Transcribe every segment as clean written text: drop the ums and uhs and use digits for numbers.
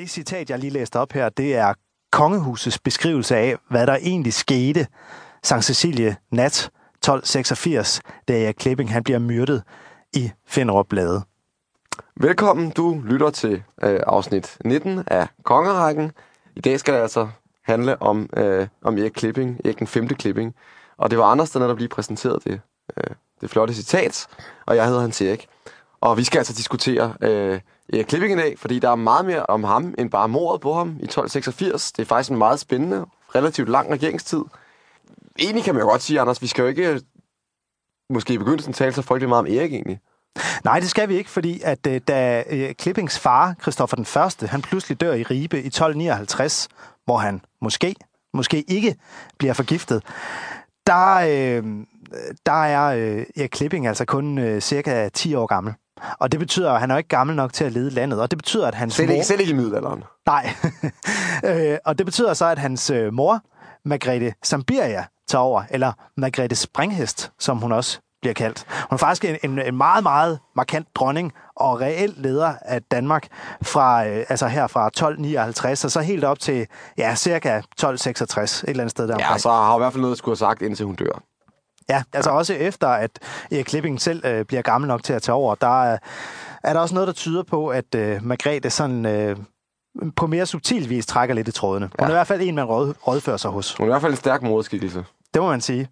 Det citat, jeg lige læste op her, det er kongehusets beskrivelse af, hvad der egentlig skete Sankt Cecilie nat 1286, da Erik Klipping han bliver myrdet i Finderup Lade. Velkommen, du lytter til afsnit 19 af Kongerækken. I dag skal det altså handle om Erik Klipping, Erik den 5. Klipping. Og det var Anders, der netop lige præsenterede det flotte citat, og jeg hedder Hans Erik. Og vi skal altså diskutere Erik Klipping i dag, fordi der er meget mere om ham, end bare mordet på ham i 1286. Det er faktisk en meget spændende, relativt lang regeringstid. Egentlig kan man jo godt sige, Anders, vi skal jo ikke måske i begyndelsen tale så frygtelig meget om Erik egentlig. Nej, det skal vi ikke, fordi at da Klippings far, Christoffer den Første, han pludselig dør i Ribe i 1259, hvor han måske ikke bliver forgiftet, der er Erik Klipping altså kun cirka 10 år gammel. Og det betyder, at han er ikke gammel nok til at lede landet, og det betyder, at hans mor... Selv ikke i middelalderen. Nej. Og det betyder så, at hans mor, Margrethe Sambiria, tager over, eller Margrethe Springhest, som hun også bliver kaldt. Hun er faktisk en meget, meget markant dronning og reelt leder af Danmark fra 1259 og så helt op til cirka 1266, et eller andet sted der. Ja, så har hun i hvert fald noget at skulle have sagt, indtil hun dør. Ja, altså også efter, at Erik Klipping selv bliver gammel nok til at tage over, der er der også noget, der tyder på, at Margrethe sådan på mere subtil vis trækker lidt i trådene. Hun er i hvert fald en, man rådfører sig hos. Hun er i hvert fald en stærk moderskikkelse. Det må man sige.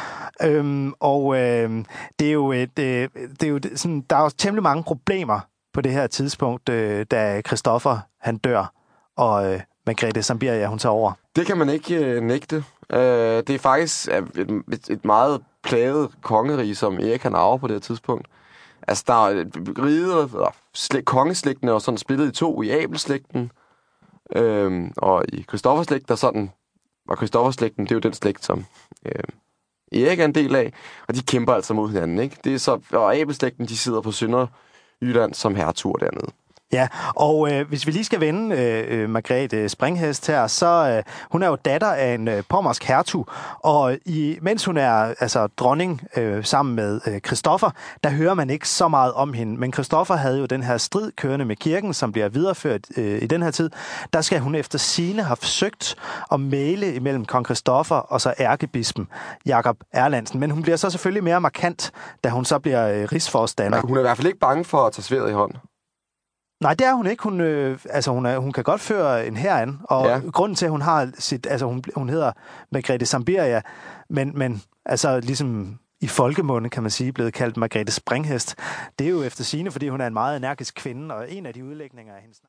Det er jo sådan, der er jo temmelig mange problemer på det her tidspunkt, da Christoffer han dør, og Margrethe Sambiria hun tager over. Det kan man ikke nægte. Det er faktisk et meget plaget kongerige, som Erik han arver på det her tidspunkt. Altså, der er riget, kongeslægten er jo sådan splittet i to, i Abelslægten og i Christofferslægten, der sådan, og Christofferslægten, det er jo den slægt, som Erik er en del af, og de kæmper altså mod hinanden, ikke? Det er så, og Abelslægten, de sidder på Sønderjylland som hertug dernede. Ja, og hvis vi lige skal vende Margrethe Springhest her, så hun er jo datter af en pommersk hertug, og mens hun er dronning sammen med Christoffer, der hører man ikke så meget om hende. Men Christoffer havde jo den her strid kørende med kirken, som bliver videreført i den her tid. Der skal hun efter sigende have forsøgt at mægle imellem kong Christoffer og så ærkebispen Jakob Erlandsen. Men hun bliver så selvfølgelig mere markant, da hun så bliver rigsforstander. Hun er i hvert fald ikke bange for at tage sværdet i hånd. Nej, det er hun ikke. Hun kan godt føre en hær an, og grunden til, at hun har hun hedder Margrethe Sambiria, men ligesom i folkemunde, kan man sige, blevet kaldt Margrethe Springhest. Det er jo efter sigende, fordi hun er en meget energisk kvinde, og en af de udlægninger af hendes